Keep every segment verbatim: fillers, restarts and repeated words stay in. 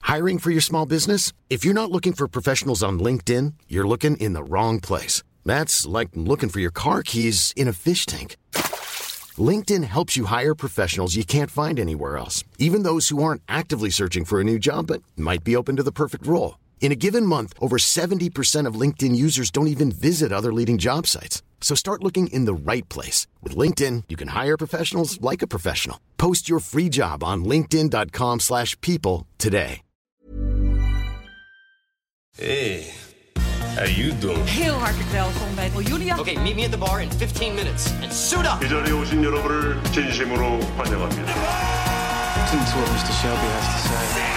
Hiring for your small business? If you're not looking for professionals on LinkedIn, you're looking in the wrong place. That's like looking for your car keys in a fish tank. LinkedIn helps you hire professionals you can't find anywhere else, even those who aren't actively searching for a new job but might be open to the perfect role. In a given month, over seventy percent of LinkedIn users don't even visit other leading job sites. So start looking in the right place. With LinkedIn, you can hire professionals like a professional. Post your free job on linkedin.com slash people today. Hey, how you doing? Heel hartelijk welkom bij Julia. Okay, meet me at the bar in fifteen minutes and suit up. 이 자리에 오신 여러분을 진심으로 환영합니다. Listen to what mister Shelby has to say.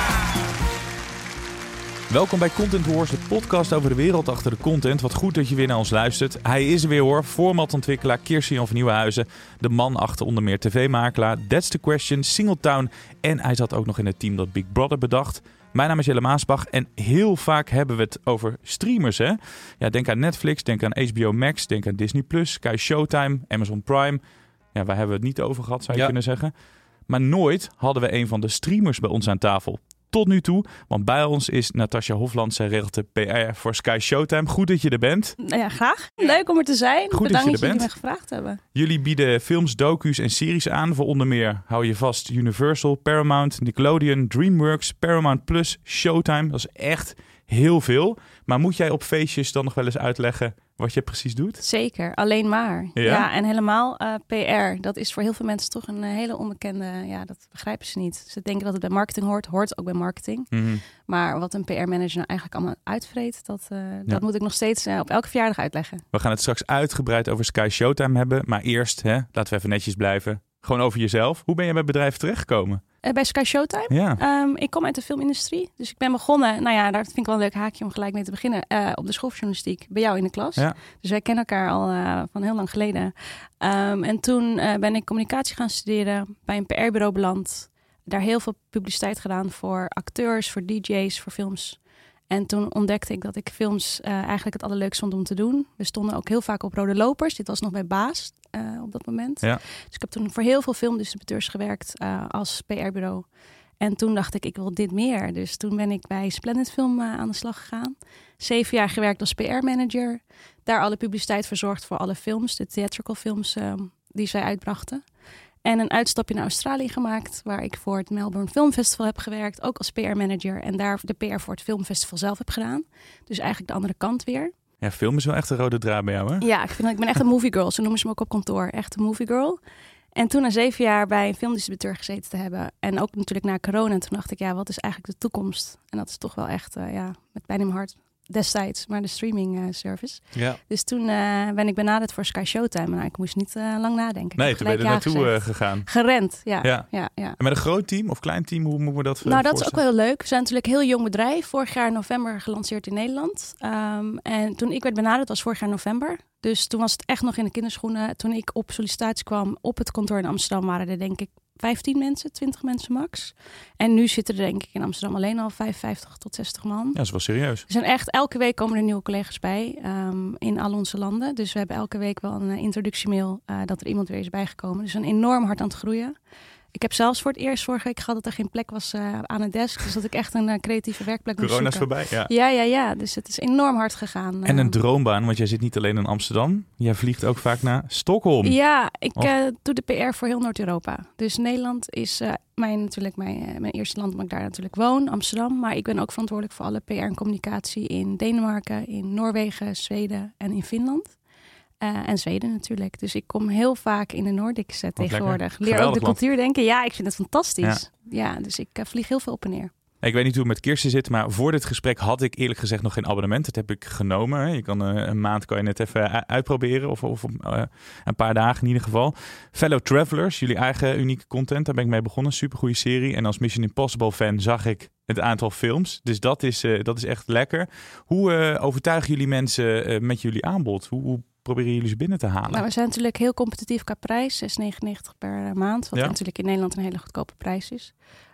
Welkom bij Content Wars, de podcast over de wereld achter de content. Wat goed dat je weer naar ons luistert. Hij is er weer hoor, formatontwikkelaar Kirstian van Nieuwenhuizen. De man achter onder meer tv-makelaar, That's the Question, Singletown. En hij zat ook nog in het team dat Big Brother bedacht. Mijn naam is Jelle Maasbach en heel vaak hebben we het over streamers. Hè? Ja, denk aan Netflix, denk aan H B O Max, denk aan Disney plus, Sky Showtime, Amazon Prime. Ja, waar hebben we het niet over gehad, zou je ja. kunnen zeggen. Maar nooit hadden we een van de streamers bij ons aan tafel. Tot nu toe, want bij ons is Natasja Hofland. Zij regelt de P R voor Sky Showtime. Goed dat je er bent. Ja, graag. Leuk om er te zijn. Goed Bedankt dat je er dat bent. jullie me gevraagd hebben. Jullie bieden films, docu's en series aan voor onder meer, hou je vast, Universal, Paramount, Nickelodeon, DreamWorks, Paramount Plus, Showtime. Dat is echt heel veel. Maar moet jij op feestjes dan nog wel eens uitleggen wat je precies doet? Zeker, alleen maar. Ja, ja en helemaal uh, P R. Dat is voor heel veel mensen toch een uh, hele onbekende... Ja, dat begrijpen ze niet. Ze denken dat het bij marketing hoort. Hoort ook bij marketing. Mm-hmm. Maar wat een P R-manager nou eigenlijk allemaal uitvreet... dat, uh, ja. dat moet ik nog steeds uh, op elke verjaardag uitleggen. We gaan het straks uitgebreid over Sky Showtime hebben. Maar eerst, hè, laten we even netjes blijven. Gewoon over jezelf. Hoe ben je bij het bedrijf terechtgekomen? Uh, bij Sky Showtime? Ja. Um, ik kom uit de filmindustrie. Dus ik ben begonnen, nou ja, daar vind ik wel een leuk haakje om gelijk mee te beginnen. Uh, op de school van journalistiek, bij jou in de klas. Ja. Dus wij kennen elkaar al uh, van heel lang geleden. Um, en toen uh, ben ik communicatie gaan studeren, bij een P R-bureau beland. Daar heel veel publiciteit gedaan voor acteurs, voor D J's, voor films. En toen ontdekte ik dat ik films uh, eigenlijk het allerleukst vond om te doen. We stonden ook heel vaak op rode lopers. Dit was nog bij Baas uh, op dat moment. Ja. Dus ik heb toen voor heel veel filmdistributeurs gewerkt uh, als P R-bureau. En toen dacht ik, ik wil dit meer. Dus toen ben ik bij Splendid Film uh, aan de slag gegaan. Zeven jaar gewerkt als P R-manager. Daar alle publiciteit verzorgd voor alle films. De theatrical films uh, die zij uitbrachten. En een uitstapje naar Australië gemaakt, waar ik voor het Melbourne Film Festival heb gewerkt, ook als P R-manager. En daar de P R voor het filmfestival zelf heb gedaan. Dus eigenlijk de andere kant weer. Ja, film is wel echt een rode draad bij jou, hè? Ja, ik, vind, ik ben echt een movie girl. Zo noemen ze me ook op kantoor. Echt een movie girl. En toen na zeven jaar bij een filmdistributeur gezeten te hebben. En ook natuurlijk na corona. En toen dacht ik, ja, wat is eigenlijk de toekomst? En dat is toch wel echt, uh, ja, met pijn in mijn hart. Destijds, maar de streaming uh, service. Ja. Dus toen uh, ben ik benaderd voor Sky Showtime. Nou, ik moest niet uh, lang nadenken. Nee, toen ben je er ja naartoe uh, gegaan. Gerend, ja. Ja. ja, ja. En met een groot team of klein team, hoe moeten we dat Nou, dat is ook wel heel leuk. We zijn natuurlijk een heel jong bedrijf. Vorig jaar in november gelanceerd in Nederland. Um, en toen ik werd benaderd was vorig jaar november. Dus toen was het echt nog in de kinderschoenen. Toen ik op sollicitatie kwam op het kantoor in Amsterdam waren er denk ik vijftien mensen, twintig mensen max. En nu zitten er denk ik in Amsterdam alleen al vijfenvijftig tot zestig man. Ja, dat is wel serieus. Er zijn echt, elke week komen er nieuwe collega's bij um, in al onze landen. Dus we hebben elke week wel een uh, introductiemail uh, dat er iemand weer is bijgekomen. Dus we zijn enorm hard aan het groeien. Ik heb zelfs voor het eerst vorige week gehad dat er geen plek was uh, aan het desk. Dus dat ik echt een uh, creatieve werkplek moest Corona is zoeken. voorbij, ja. Ja, ja, ja. Dus het is enorm hard gegaan. En een droombaan, want jij zit niet alleen in Amsterdam. Jij vliegt ook vaak naar Stockholm. Ja, ik oh. uh, doe de P R voor heel Noord-Europa. Dus Nederland is uh, mijn, natuurlijk mijn, uh, mijn eerste land, omdat ik daar natuurlijk woon, Amsterdam. Maar ik ben ook verantwoordelijk voor alle P R en communicatie in Denemarken, in Noorwegen, Zweden en in Finland. Uh, en Zweden natuurlijk. Dus ik kom heel vaak in de Nordics uh, tegenwoordig. Leer ook de cultuur denken. Ja, ik vind het fantastisch. Ja, ja dus ik uh, vlieg heel veel op en neer. Ik weet niet hoe het met Kirsten zit, maar voor dit gesprek had ik eerlijk gezegd nog geen abonnement. Dat heb ik genomen. Je kan uh, een maand kan je net even uitproberen of, of uh, een paar dagen in ieder geval. Fellow Travelers, jullie eigen unieke content, daar ben ik mee begonnen. Supergoeie serie. En als Mission Impossible fan zag ik het aantal films. Dus dat is, uh, dat is echt lekker. Hoe uh, overtuigen jullie mensen uh, met jullie aanbod? Hoe, hoe proberen jullie ze binnen te halen? Nou, we zijn natuurlijk heel competitief qua prijs. zes negenennegentig per maand. Wat ja. natuurlijk in Nederland een hele goedkope prijs is.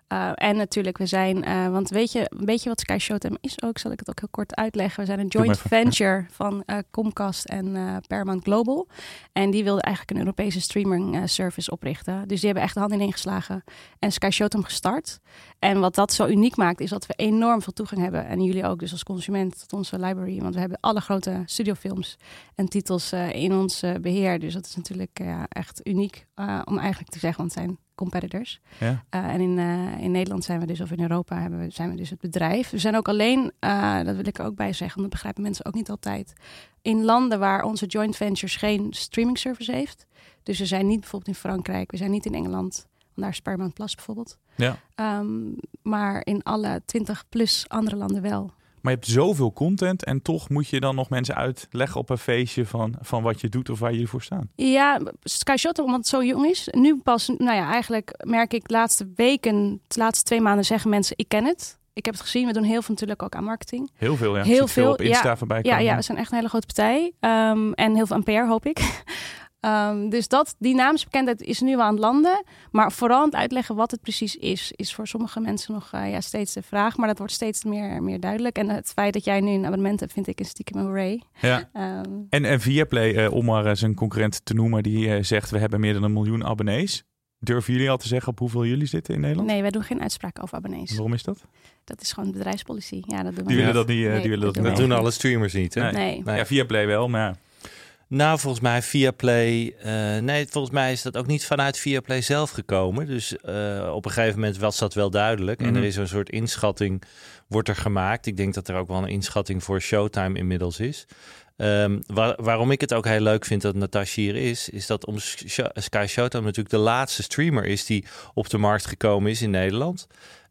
Uh, en natuurlijk, we zijn, uh, want weet je, weet je wat Sky Showtime is ook? Zal ik het ook heel kort uitleggen. We zijn een joint venture van uh, Comcast en uh, Paramount Global. En die wilden eigenlijk een Europese streaming uh, service oprichten. Dus die hebben echt de hand ineen geslagen en Sky Showtime gestart. En wat dat zo uniek maakt, is dat we enorm veel toegang hebben. En jullie ook dus als consument tot onze library. Want we hebben alle grote studiofilms en titels uh, in ons uh, beheer. Dus dat is natuurlijk uh, echt uniek uh, om eigenlijk te zeggen, want het zijn competitors. Ja. Uh, en in, uh, in Nederland zijn we dus, of in Europa hebben we, zijn we dus het bedrijf. We zijn ook alleen, uh, dat wil ik er ook bij zeggen, want dat begrijpen mensen ook niet altijd, in landen waar onze joint ventures geen streaming service heeft. Dus we zijn niet bijvoorbeeld in Frankrijk, we zijn niet in Engeland, want daar is Paramount Plus bijvoorbeeld. Ja. Um, maar in alle twintig plus andere landen wel. Maar je hebt zoveel content en toch moet je dan nog mensen uitleggen op een feestje van, van wat je doet of waar jullie voor staan. Ja, Sky Showtime, omdat het zo jong is. Nu pas, nou ja, eigenlijk merk ik de laatste weken, de laatste twee maanden zeggen mensen, ik ken het. Ik heb het gezien, we doen heel veel natuurlijk ook aan marketing. Heel veel, ja. Heel veel. op Insta ja, voorbij komen. Ja, ja, we zijn echt een hele grote partij. Um, en heel veel aan P R, hoop ik. Um, dus dat, die naamsbekendheid is nu aan het landen. Maar vooral aan het uitleggen wat het precies is, is voor sommige mensen nog uh, ja, steeds de vraag. Maar dat wordt steeds meer, meer duidelijk. En het feit dat jij nu een abonnement hebt, vind ik een stiekem een hooray. Ja. Um, en, en Viaplay, uh, om maar eens een concurrent te noemen, die uh, zegt we hebben meer dan een miljoen abonnees. Durven jullie al te zeggen op hoeveel jullie zitten in Nederland? Nee, wij doen geen uitspraken over abonnees. Waarom is dat? Dat is gewoon bedrijfspolicy. Ja, dat doen we die willen niet. dat niet. Uh, nee, die willen dat, dat, dat doen alle streamers niet, hè? Nee. nee. nee. Ja, Viaplay wel, maar... Nou, volgens mij Viaplay... Uh, nee, volgens mij is dat ook niet vanuit Viaplay zelf gekomen. Dus uh, op een gegeven moment was dat wel duidelijk. Mm-hmm. En er is een soort inschatting, wordt er gemaakt. Ik denk dat er ook wel een inschatting voor Showtime inmiddels is. Um, waar, waarom ik het ook heel leuk vind dat Natasja hier is, is dat om Sky Showtime natuurlijk de laatste streamer is die op de markt gekomen is in Nederland.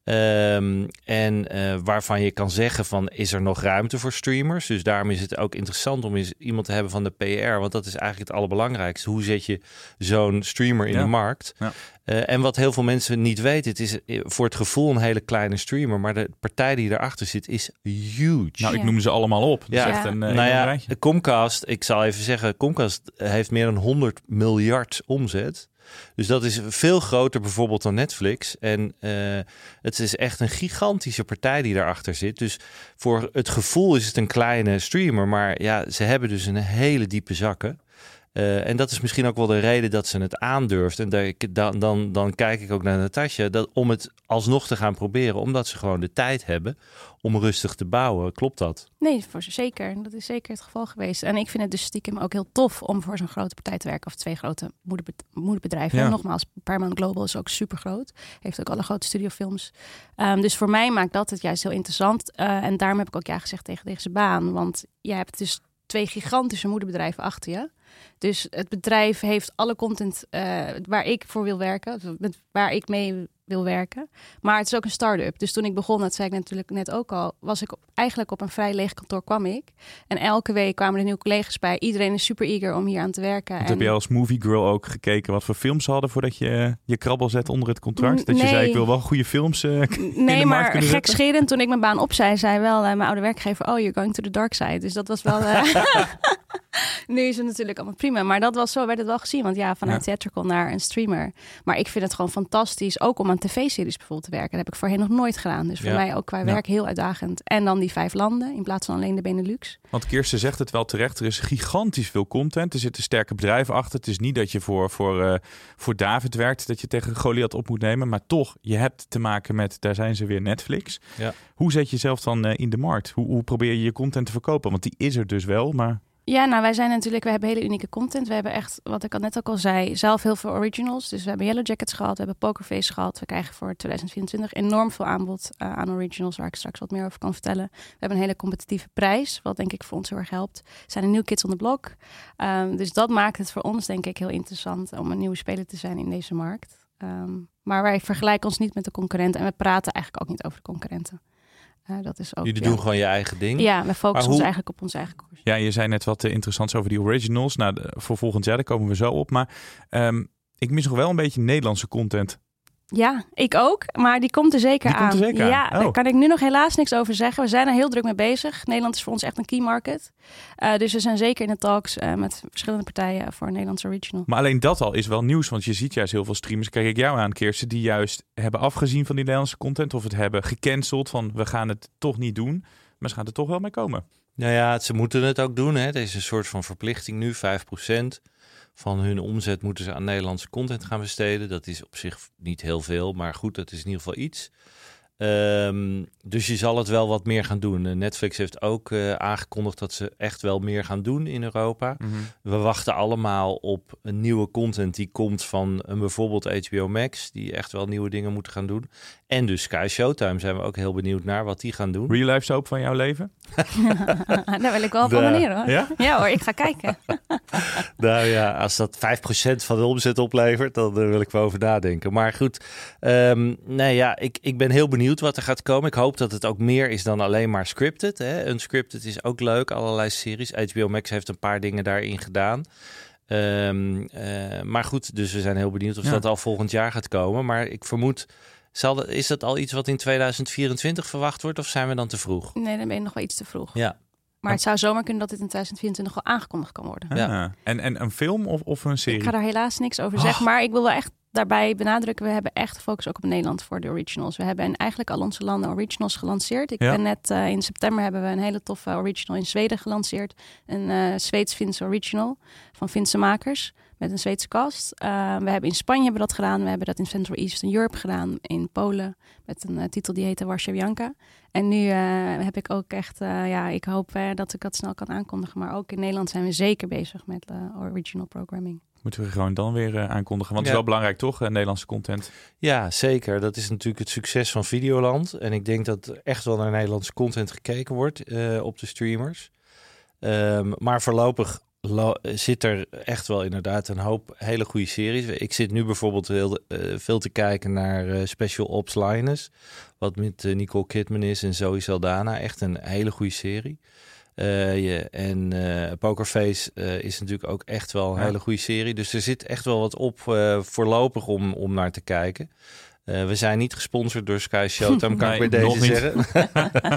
Um, en uh, waarvan je kan zeggen van, is er nog ruimte voor streamers? Dus daarom is het ook interessant om eens iemand te hebben van de P R. Want dat is eigenlijk het allerbelangrijkste. Hoe zet je zo'n streamer in ja. de markt? Ja. Uh, en wat heel veel mensen niet weten, het is voor het gevoel een hele kleine streamer. Maar de partij die erachter zit is huge. Nou, ik noem ze allemaal op. Dat ja. is echt een, uh, nou ja, rijtje. Comcast, ik zal even zeggen, Comcast heeft meer dan honderd miljard omzet. Dus dat is veel groter bijvoorbeeld dan Netflix. En uh, het is echt een gigantische partij die daarachter zit. Dus voor het gevoel is het een kleine streamer. Maar ja, ze hebben dus een hele diepe zakken. Uh, en dat is misschien ook wel de reden dat ze het aandurft. En daar, dan, dan, dan kijk ik ook naar Natasja, dat om het alsnog te gaan proberen. Omdat ze gewoon de tijd hebben om rustig te bouwen. Klopt dat? Nee, voor zeker. Dat is zeker het geval geweest. En ik vind het dus stiekem ook heel tof om voor zo'n grote partij te werken. Of twee grote moederbed- moederbedrijven. Ja. En nogmaals, Paramount Global is ook super groot. Heeft ook alle grote studiofilms. Um, dus voor mij maakt dat het juist heel interessant. Uh, en daarom heb ik ook ja gezegd tegen deze baan. Want jij hebt dus twee gigantische moederbedrijven achter je. Dus het bedrijf heeft alle content uh, waar ik voor wil werken, waar ik mee wil werken. Maar het is ook een start-up. Dus toen ik begon, dat zei ik natuurlijk net ook al, was ik op, eigenlijk op een vrij leeg kantoor kwam ik. En elke week kwamen er nieuwe collega's bij. Iedereen is super eager om hier aan te werken. En... Heb je als movie girl ook gekeken wat voor films ze hadden voordat je je krabbel zet onder het contract? Dat nee. je zei, ik wil wel goede films uh, in Nee, de maar markt gekscherend toen ik mijn baan opzij, zei wel uh, mijn oude werkgever, oh, you're going to the dark side. Dus dat was wel... Uh... Nu is het natuurlijk allemaal prima. Maar dat was zo, werd het wel gezien. Want ja, vanuit ja. theatrical naar een streamer. Maar ik vind het gewoon fantastisch. Ook om aan tv-series bijvoorbeeld te werken. Dat heb ik voorheen nog nooit gedaan. Dus voor ja. mij ook qua ja. werk heel uitdagend. En dan die vijf landen in plaats van alleen de Benelux. Want Kirsten zegt het wel terecht. Er is gigantisch veel content. Er zitten sterke bedrijven achter. Het is niet dat je voor, voor, uh, voor David werkt. Dat je tegen Goliath op moet nemen. Maar toch, je hebt te maken met, daar zijn ze weer, Netflix. Ja. Hoe zet je jezelf dan uh, in de markt? Hoe, hoe probeer je je content te verkopen? Want die is er dus wel, maar... Ja, nou wij zijn natuurlijk, we hebben hele unieke content. We hebben echt, wat ik al net ook al zei, zelf heel veel originals. Dus we hebben Yellow Jackets gehad, we hebben Pokerface gehad. We krijgen voor twintig vierentwintig enorm veel aanbod uh, aan originals, waar ik straks wat meer over kan vertellen. We hebben een hele competitieve prijs, wat denk ik voor ons heel erg helpt. Er zijn een New Kids on the Block. Um, dus dat maakt het voor ons denk ik heel interessant om een nieuwe speler te zijn in deze markt. Um, maar wij vergelijken ons niet met de concurrenten en we praten eigenlijk ook niet over de concurrenten. Uh, dat is ook, Jullie ja. doen gewoon je eigen ding? Ja, we focussen hoe... ons eigenlijk op onze eigen koers. Ja, je zei net wat uh, interessants over die originals. Nou, de, voor volgend jaar, daar komen we zo op. Maar um, ik mis nog wel een beetje Nederlandse content Ja, ik ook. Maar die komt er zeker die aan. Komt er zeker ja, aan. Oh. daar kan ik nu nog helaas niks over zeggen. We zijn er heel druk mee bezig. Nederland is voor ons echt een key market. Uh, dus we zijn zeker in de talks uh, met verschillende partijen voor een Nederlandse original. Maar alleen dat al is wel nieuws. Want je ziet juist heel veel streamers, kijk ik jou aan, Kirsten, die juist hebben afgezien van die Nederlandse content. Of het hebben gecanceld van we gaan het toch niet doen. Maar ze gaan er toch wel mee komen. Nou ja, ze moeten het ook doen. Hè. Er is een soort van verplichting nu, vijf procent. Van hun omzet moeten ze aan Nederlandse content gaan besteden. Dat is op zich niet heel veel, maar goed, dat is in ieder geval iets. Um, dus je zal het wel wat meer gaan doen. Netflix heeft ook uh, aangekondigd dat ze echt wel meer gaan doen in Europa. Mm-hmm. We wachten allemaal op een nieuwe content die komt van een bijvoorbeeld H B O Max, die echt wel nieuwe dingen moeten gaan doen. En dus Sky Showtime zijn we ook heel benieuwd naar wat die gaan doen. Real life soap van jouw leven? Daar wil ik wel van manier hoor. Ja? Ja hoor, ik ga kijken. Nou ja, als dat vijf procent van de omzet oplevert, dan uh, wil ik wel over nadenken. Maar goed, um, nee ja, ik, ik ben heel benieuwd wat er gaat komen. Ik hoop dat het ook meer is dan alleen maar scripted. Hè. Unscripted is ook leuk, allerlei series. H B O Max heeft een paar dingen daarin gedaan. Um, uh, maar goed, dus we zijn heel benieuwd of ja. dat al volgend jaar gaat komen. Maar ik vermoed, zal dat, is dat al iets wat in tweeduizend vierentwintig verwacht wordt of zijn we dan te vroeg? Nee, dan ben je nog wel iets te vroeg. Ja. Maar het zou zomaar kunnen dat dit in tweeduizend vierentwintig al aangekondigd kan worden. Ja. Ah, en, en een film of, of een serie? Ik ga daar helaas niks over zeggen. Oh. Maar ik wil wel echt daarbij benadrukken, we hebben echt focus ook op Nederland voor de originals. We hebben in eigenlijk al onze landen originals gelanceerd. Ik ja. ben net uh, in september hebben we een hele toffe original in Zweden gelanceerd. Een uh, Zweeds-Finse original van Finse makers met een Zweedse cast. Uh, we hebben in Spanje hebben we dat gedaan. We hebben dat in Central Eastern Europe gedaan. In Polen met een uh, titel die heette Warszawianka. En nu uh, heb ik ook echt, uh, ja, ik hoop uh, dat ik dat snel kan aankondigen. Maar ook in Nederland zijn we zeker bezig met uh, original programming. Moeten we gewoon dan weer uh, aankondigen. Want ja. het is wel belangrijk toch, uh, Nederlandse content? Ja, zeker. Dat is natuurlijk het succes van Videoland. En ik denk dat echt wel naar Nederlandse content gekeken wordt uh, op de streamers. Um, maar voorlopig lo- zit er echt wel inderdaad een hoop hele goede series. Ik zit nu bijvoorbeeld heel, uh, veel te kijken naar uh, Special Ops Linus. Wat met uh, Nicole Kidman is en Zoe Saldana. Echt een hele goede serie. Uh, yeah, en uh, Pokerface uh, is natuurlijk ook echt wel een ja. hele goede serie. Dus er zit echt wel wat op uh, voorlopig om, om naar te kijken. Uh, we zijn niet gesponsord door Sky Showtime, kan nee, ik bij deze zeggen.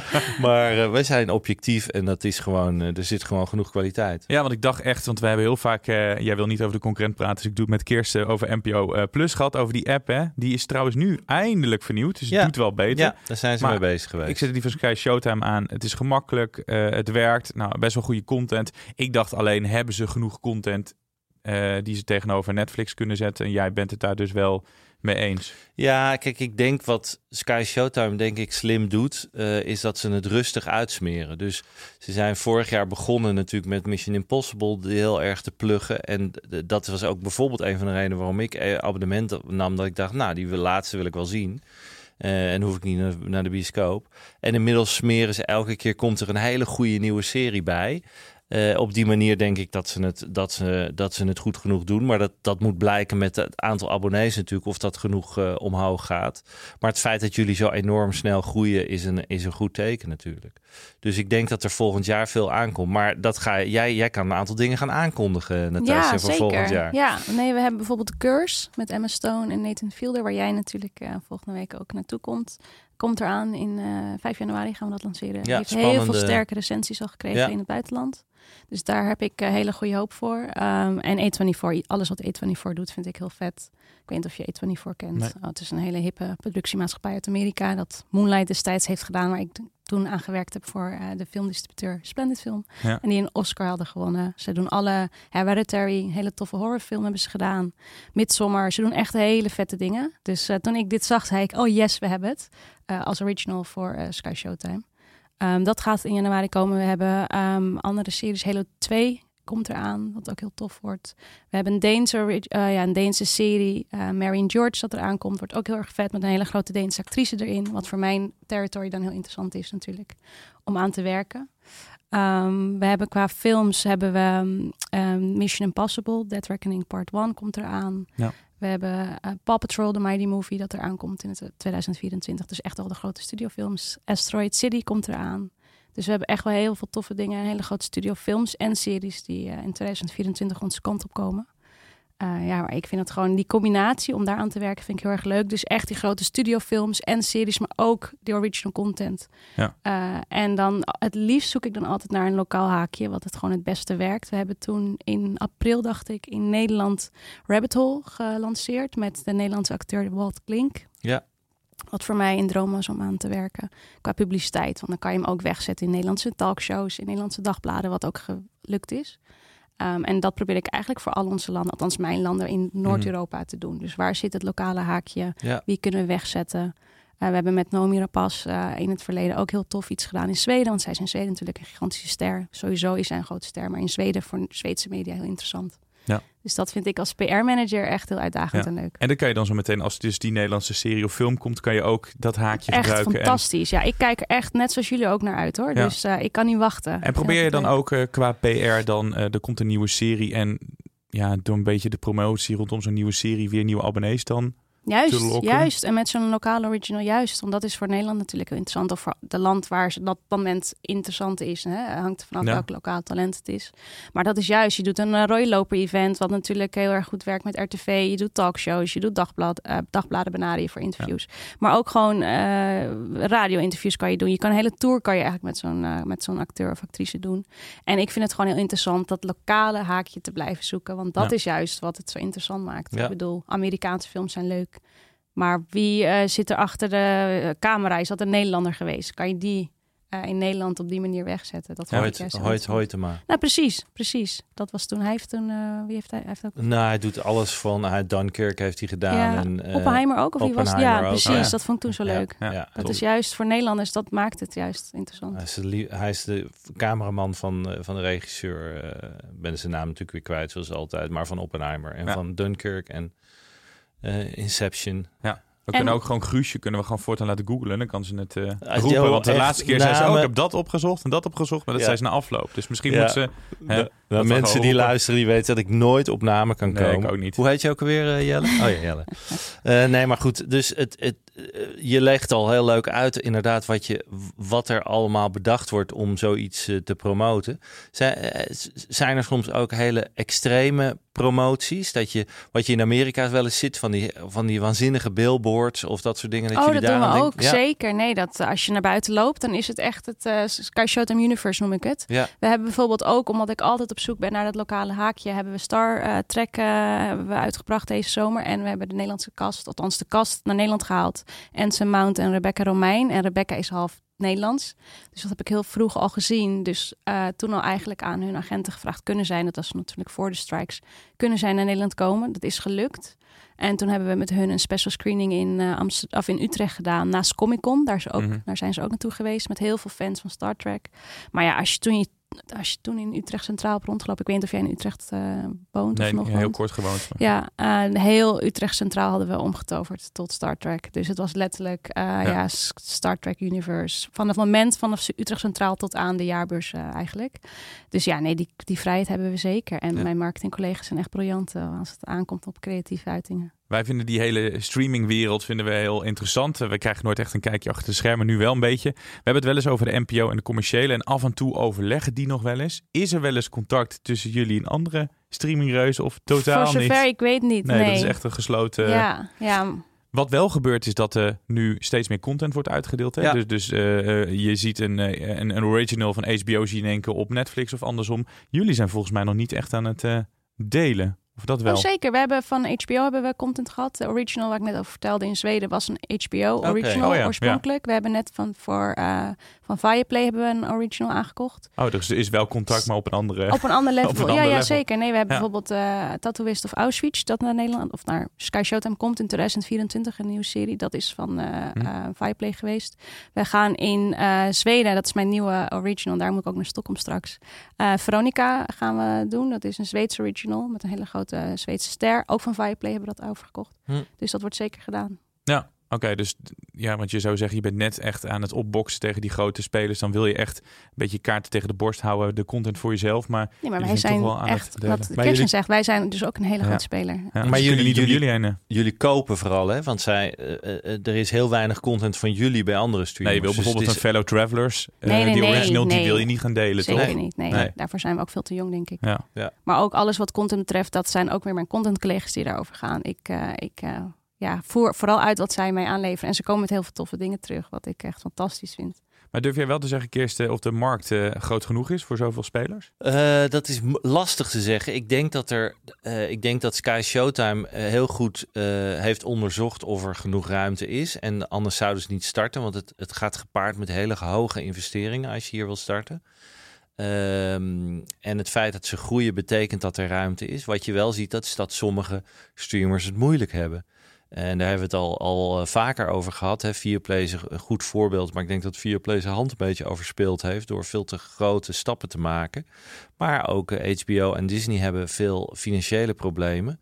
Maar uh, wij zijn objectief en dat is gewoon, uh, er zit gewoon genoeg kwaliteit. Ja, want ik dacht echt, want we hebben heel vaak, uh, jij wil niet over de concurrent praten, dus ik doe het met Kirsten over N P O uh, Plus gehad, over die app. Hè. Die is trouwens nu eindelijk vernieuwd, dus het ja. doet wel beter. Ja, daar zijn ze maar mee bezig geweest. Ik zet die van Sky Showtime aan. Het is gemakkelijk, uh, het werkt, nou best wel goede content. Ik dacht alleen, hebben ze genoeg content uh, die ze tegenover Netflix kunnen zetten? En jij bent het daar dus wel mee eens. Ja, kijk, ik denk wat Sky Showtime denk ik slim doet, uh, is dat ze het rustig uitsmeren. Dus ze zijn vorig jaar begonnen natuurlijk met Mission Impossible die heel erg te pluggen. En d- dat was ook bijvoorbeeld een van de redenen waarom ik uh, abonnement nam. Dat ik dacht, nou, die laatste wil ik wel zien. Uh, en hoef ik niet naar, naar de bioscoop. En inmiddels smeren ze elke keer, komt er een hele goede nieuwe serie bij. Uh, op die manier denk ik dat ze het, dat ze, dat ze het goed genoeg doen. Maar dat, dat moet blijken met het aantal abonnees natuurlijk, of dat genoeg uh, omhoog gaat. Maar het feit dat jullie zo enorm snel groeien is een, is een goed teken natuurlijk. Dus ik denk dat er volgend jaar veel aankomt. Maar dat ga, jij, jij kan een aantal dingen gaan aankondigen, Natasja, ja, voor volgend jaar. Ja, nee, we hebben bijvoorbeeld The Curse met Emma Stone en Nathan Fielder, waar jij natuurlijk uh, volgende week ook naartoe komt. Komt eraan in uh, vijf januari gaan we dat lanceren. Ja, heeft spannende... heel veel sterke recensies al gekregen ja. in het buitenland. Dus daar heb ik uh, hele goede hoop voor. Um, en A vierentwintig, alles wat A vierentwintig doet, vind ik heel vet. Ik weet niet of je A vierentwintig kent. Nee. Oh, het is een hele hippe productiemaatschappij uit Amerika dat Moonlight destijds heeft gedaan, waar ik toen aan gewerkt heb voor uh, de filmdistributeur Splendid Film. Ja. En die een Oscar hadden gewonnen. Ze doen alle Hereditary, een hele toffe horrorfilm hebben ze gedaan. Midsommar, ze doen echt hele vette dingen. Dus uh, toen ik dit zag, zei ik, oh yes, we hebben het. Uh, als original voor uh, Sky Showtime. Um, dat gaat in januari komen. We hebben um, andere series. Halo twee komt eraan, wat ook heel tof wordt. We hebben een Deense, uh, ja, een Deense serie, uh, Marion George, dat eraan komt. Wordt ook heel erg vet, met een hele grote Deense actrice erin. Wat voor mijn territory dan heel interessant is natuurlijk, om aan te werken. Um, we hebben qua films, hebben we um, Mission Impossible, Dead Reckoning Part één komt eraan. Ja. We hebben uh, Paw Patrol, The Mighty Movie, dat eraan komt in het tweeduizend vierentwintig. Dus echt al de grote studiofilms. Asteroid City komt eraan. Dus we hebben echt wel heel veel toffe dingen. Een hele grote studiofilms en series die uh, in tweeduizend vierentwintig onze kant op komen. Uh, ja, maar ik vind het gewoon die combinatie om daar aan te werken vind ik heel erg leuk. Dus echt die grote studiofilms en series, maar ook die original content. Ja. Uh, en dan het liefst zoek ik dan altijd naar een lokaal haakje, wat het gewoon het beste werkt. We hebben toen in april, dacht ik, in Nederland Rabbit Hole gelanceerd met de Nederlandse acteur Walt Klink. Ja. Wat voor mij een droom was om aan te werken qua publiciteit. Want dan kan je hem ook wegzetten in Nederlandse talkshows, in Nederlandse dagbladen, wat ook gelukt is. Um, en dat probeer ik eigenlijk voor al onze landen, althans mijn landen in Noord-Europa mm. te doen. Dus waar zit het lokale haakje? Ja. Wie kunnen we wegzetten? Uh, we hebben met Noomi Rapace uh, in het verleden ook heel tof iets gedaan in Zweden. Want zij is in Zweden natuurlijk een gigantische ster. Sowieso is zij een grote ster, maar in Zweden voor Zweedse media heel interessant. Ja. Dus dat vind ik als P R-manager echt heel uitdagend ja. en leuk. En dan kan je dan zo meteen, als dus die Nederlandse serie of film komt, kan je ook dat haakje echt gebruiken. Echt fantastisch. En... Ja, ik kijk er echt net zoals jullie ook naar uit hoor. Ja. Dus uh, ik kan niet wachten. En probeer je dan ook uh, qua P R dan, uh, er komt een nieuwe serie en ja, door een beetje de promotie rondom zo'n nieuwe serie weer nieuwe abonnees dan? Juist, juist. En met zo'n lokale original juist. Want dat is voor Nederland natuurlijk heel interessant. Of voor de land waar dat moment interessant is. Hè? Hangt vanaf ja. welk lokaal talent het is. Maar dat is juist. Je doet een uh, Royloper event. Wat natuurlijk heel erg goed werkt met R T V. Je doet talkshows. Je doet dagblad, uh, dagbladen benaderen voor interviews. Ja. Maar ook gewoon uh, radio-interviews kan je doen. Je kan een hele tour kan je eigenlijk met zo'n, uh, met zo'n acteur of actrice doen. En ik vind het gewoon heel interessant dat lokale haakje te blijven zoeken. Want dat ja. is juist wat het zo interessant maakt. Ja. Ik bedoel, Amerikaanse films zijn leuk. Maar wie uh, zit er achter de uh, camera? Is dat een Nederlander geweest? Kan je die uh, in Nederland op die manier wegzetten? Dat Hoyt Hoytema. Nou, precies, precies. Dat was toen. Hij heeft toen. Uh, wie heeft hij? hij heeft ook... Nou, hij doet alles van. Hij Dunkirk heeft hij gedaan. Ja, en, uh, Oppenheimer ook. Of wie was? Ja, ook. precies. Oh, ja. Dat vond ik toen zo ja. leuk. Ja, ja, dat top. is juist voor Nederlanders. Dat maakt het juist interessant. Hij is de, hij is de cameraman van, uh, van de regisseur. Uh, ben zijn naam natuurlijk weer kwijt, zoals altijd. Maar van Oppenheimer en ja. van Dunkirk en uh, Inception. Ja. We en... kunnen ook gewoon Guusje kunnen we gewoon voortaan laten googlen. Dan kan ze het uh, uh, roepen. yo, want de echt, laatste keer nou, zei ze, oh, maar... ik heb dat opgezocht en dat opgezocht. Maar dat ja. zei ze na afloop. Dus misschien ja. moet ze... Hè, de, de mensen die luisteren, die weten dat ik nooit op namen kan nee, komen. Ik ook niet. Hoe heet je ook alweer, uh, Jelle? Oh ja, Jelle. uh, nee, maar goed. Dus het, het, uh, je legt al heel leuk uit inderdaad wat, je, wat er allemaal bedacht wordt om zoiets uh, te promoten. Zijn, uh, zijn er soms ook hele extreme promoties? Dat je, wat je in Amerika wel eens ziet van die, van die waanzinnige billboards of dat soort dingen. Dat oh, jullie dat daar doen we denk... ook. Ja. Zeker. Nee, dat als je naar buiten loopt, dan is het echt het uh, Sky Showtime Universe noem ik het. Ja. We hebben bijvoorbeeld ook, omdat ik altijd op zoek ben naar dat lokale haakje, hebben we Star uh, Trek uh, hebben we uitgebracht deze zomer. En we hebben de Nederlandse cast, althans de cast, naar Nederland gehaald. Anson Mount en Rebecca Romein. En Rebecca is half Nederlands. Dus dat heb ik heel vroeg al gezien. Dus uh, toen al eigenlijk aan hun agenten gevraagd kunnen zijn. Dat was natuurlijk voor de strikes. Kunnen zij naar Nederland komen? Dat is gelukt. En toen hebben we met hun een special screening in, uh, Amsterdam, of in Utrecht gedaan. Naast Comic Con. Daar, ze ook, mm-hmm. daar zijn ze ook naartoe geweest. Met heel veel fans van Star Trek. Maar ja, als je toen je Als je toen in Utrecht Centraal hebt rondgelopen... Ik weet niet of jij in Utrecht uh, woont nee, of nog heel woont. kort gewoond. Ja, uh, heel Utrecht Centraal hadden we omgetoverd tot Star Trek. Dus het was letterlijk uh, ja. Ja, Star Trek Universe. Van het moment vanaf Utrecht Centraal tot aan de jaarbeurs uh, eigenlijk. Dus ja, nee, die, die vrijheid hebben we zeker. En ja. mijn marketingcollega's zijn echt briljant uh, als het aankomt op creatieve uitingen. Wij vinden die hele streamingwereld vinden we heel interessant. We krijgen nooit echt een kijkje achter de schermen, nu wel een beetje. We hebben het wel eens over de N P O en de commerciële. En af en toe overleggen die nog wel eens. Is er wel eens contact tussen jullie en andere streamingreuzen of totaal niet? Voor zover ik weet niet, nee. Nee, dat is echt een gesloten... Ja, ja. Wat wel gebeurt is dat er nu steeds meer content wordt uitgedeeld. Hè? Ja. Dus, dus uh, je ziet een, een, een original van H B O zien in één keer op Netflix of andersom. Jullie zijn volgens mij nog niet echt aan het uh, delen. Of dat wel? Oh, zeker. We hebben van H B O hebben we content gehad. De original waar ik net over vertelde in Zweden was een H B O original okay. oh, ja. oorspronkelijk. Ja. We hebben net van voor uh, van Viaplay hebben we een original aangekocht. Oh, dus er is wel contact, maar op een andere op een ander level. een ja, ander ja, level. zeker. Nee, we hebben ja. bijvoorbeeld uh, Tattooist of Auschwitz dat naar Nederland of naar Sky Showtime komt in tweeduizend vierentwintig een nieuwe serie. Dat is van uh, hm. uh, Viaplay geweest. We gaan in uh, Zweden. Dat is mijn nieuwe original. Daar moet ik ook naar Stockholm straks. Uh, Veronica gaan we doen. Dat is een Zweedse original met een hele grote uh, Zweedse ster. Ook van Viaplay hebben we dat overgekocht. Hm. Dus dat wordt zeker gedaan. Ja. Oké, okay, dus ja, want je zou zeggen, je bent net echt aan het opboksen tegen die grote spelers. Dan wil je echt een beetje kaarten tegen de borst houden, de content voor jezelf. Maar, nee, maar wij zijn toch wel echt, wat Kirsten jullie... zegt, wij zijn dus ook een hele ja. grote speler. Ja, maar, maar jullie, niet jullie, jullie, heen, jullie kopen vooral, hè? Want zij, uh, uh, er is heel weinig content van jullie bij andere streamers. Nee, je wil bijvoorbeeld dus een Fellow Travelers. Uh, nee, nee, die nee, original, nee. die wil je niet gaan delen, Zeker toch? niet, nee. nee. Daarvoor zijn we ook veel te jong, denk ik. Ja. Ja. Maar ook alles wat content betreft, dat zijn ook weer mijn contentcollega's die daarover gaan. Ik... Uh, ik uh, Ja, voer vooral uit wat zij mij aanleveren. En ze komen met heel veel toffe dingen terug, wat ik echt fantastisch vind. Maar durf jij wel te zeggen, Kirsten, of de markt uh, groot genoeg is voor zoveel spelers? Uh, dat is m- lastig te zeggen. Ik denk dat er, uh, ik denk dat Sky Showtime uh, heel goed uh, heeft onderzocht of er genoeg ruimte is. En anders zouden ze niet starten, want het, het gaat gepaard met hele hoge investeringen als je hier wil starten. Um, en het feit dat ze groeien betekent dat er ruimte is. Wat je wel ziet, dat is dat sommige streamers het moeilijk hebben. En daar hebben we het al, al vaker over gehad. Hè. Viaplay is een goed voorbeeld. Maar ik denk dat Viaplay zijn hand een beetje overspeeld heeft door veel te grote stappen te maken. Maar ook uh, H B O en Disney hebben veel financiële problemen.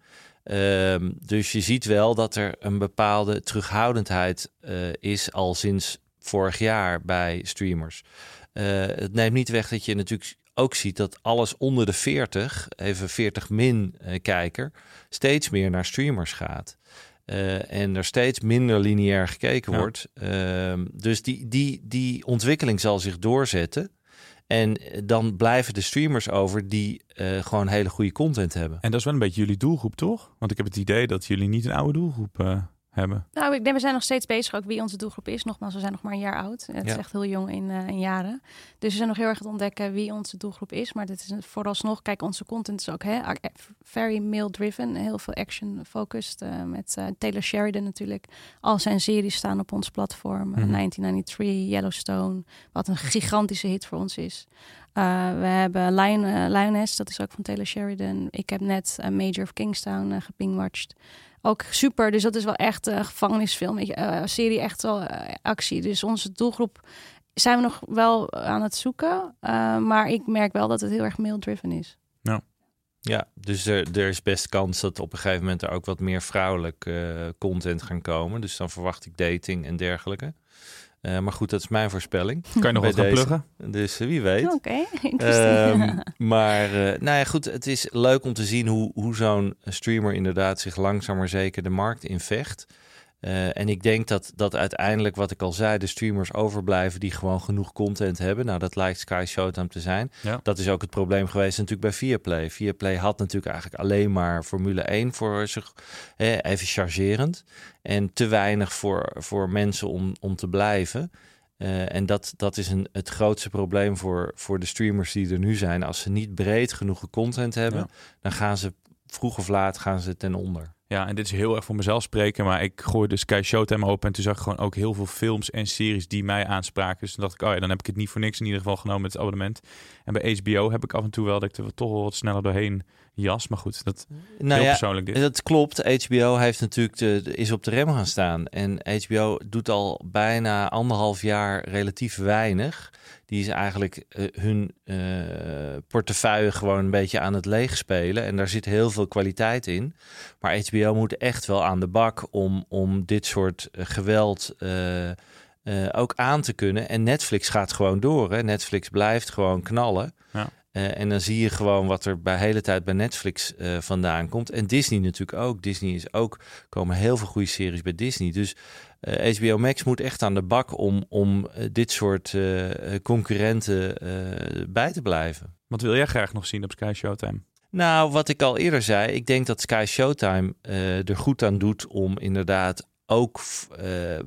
Um, dus je ziet wel dat er een bepaalde terughoudendheid uh, is al sinds vorig jaar bij streamers. Uh, het neemt niet weg dat je natuurlijk ook ziet dat alles onder de veertig, even veertig min uh, kijker, steeds meer naar streamers gaat. Uh, en er steeds minder lineair gekeken ja. wordt. Uh, dus die, die, die ontwikkeling zal zich doorzetten. En dan blijven de streamers over die uh, gewoon hele goede content hebben. En dat is wel een beetje jullie doelgroep, toch? Want ik heb het idee dat jullie niet een oude doelgroep uh, hebben. Nou, ik denk, we zijn nog steeds bezig ook wie onze doelgroep is. Nogmaals, we zijn nog maar een jaar oud. Het ja. is echt heel jong in, uh, in jaren. Dus we zijn nog heel erg aan het ontdekken wie onze doelgroep is. Maar dit is vooralsnog, kijk, onze content is ook hè, very male-driven. Heel veel action-focused. Uh, met uh, Taylor Sheridan natuurlijk. Al zijn series staan op ons platform. Mm-hmm. Uh, negentien negenennegentig, Yellowstone. Wat een gigantische hit voor ons is. Uh, we hebben Lion, uh, Lioness, dat is ook van Taylor Sheridan. Ik heb net uh, Major of Kingstown uh, gepingwatcht. Ook super, dus dat is wel echt een uh, gevangenisfilm. Een uh, serie, echt wel uh, actie. Dus onze doelgroep zijn we nog wel aan het zoeken. Uh, maar ik merk wel dat het heel erg male-driven is. Ja, ja dus er, er is best kans dat op een gegeven moment er ook wat meer vrouwelijk uh, content gaan komen. Dus dan verwacht ik dating en dergelijke. Uh, maar goed, dat is mijn voorspelling. Kan je nog wat gaan deze. pluggen? Dus uh, wie weet. Oké, okay, interessant. Um, maar uh, nou ja, goed, het is leuk om te zien hoe, hoe zo'n streamer inderdaad zich langzaam maar zeker de markt invecht. Uh, en ik denk dat, dat uiteindelijk, wat ik al zei, de streamers overblijven die gewoon genoeg content hebben. Nou, dat lijkt Sky Showtime te zijn. Ja. Dat is ook het probleem geweest natuurlijk bij Viaplay. Viaplay had natuurlijk eigenlijk alleen maar Formule één voor zich, hè, even chargerend. En te weinig voor, voor mensen om, om te blijven. Uh, en dat, dat is een, het grootste probleem voor, voor de streamers die er nu zijn. Als ze niet breed genoeg content hebben, ja. dan gaan ze vroeg of laat gaan ze ten onder. Ja, en dit is heel erg voor mezelf spreken, maar ik gooide Sky Showtime open en toen zag ik gewoon ook heel veel films en series die mij aanspraken. Dus toen dacht ik, oh ja, dan heb ik het niet voor niks in ieder geval genomen met het abonnement. En bij H B O heb ik af en toe wel dat ik er toch wel wat sneller doorheen jas. Maar goed, dat is nou heel ja, persoonlijk dit. Dat klopt. H B O heeft natuurlijk de, de, is op de rem gaan staan. En H B O doet al bijna anderhalf jaar relatief weinig. Die is eigenlijk uh, hun uh, portefeuille gewoon een beetje aan het leegspelen. En daar zit heel veel kwaliteit in. Maar H B O moet echt wel aan de bak om, om dit soort uh, geweld uh, uh, ook aan te kunnen. En Netflix gaat gewoon door. Hè? Netflix blijft gewoon knallen. Ja. Uh, en dan zie je gewoon wat er bij hele tijd bij Netflix uh, vandaan komt. En Disney natuurlijk ook. Disney is ook, komen heel veel goede series bij Disney. Dus uh, H B O Max moet echt aan de bak om, om uh, dit soort uh, concurrenten uh, bij te blijven. Wat wil jij graag nog zien op Sky Showtime? Nou, wat ik al eerder zei, ik denk dat Sky Showtime uh, er goed aan doet om inderdaad ook uh,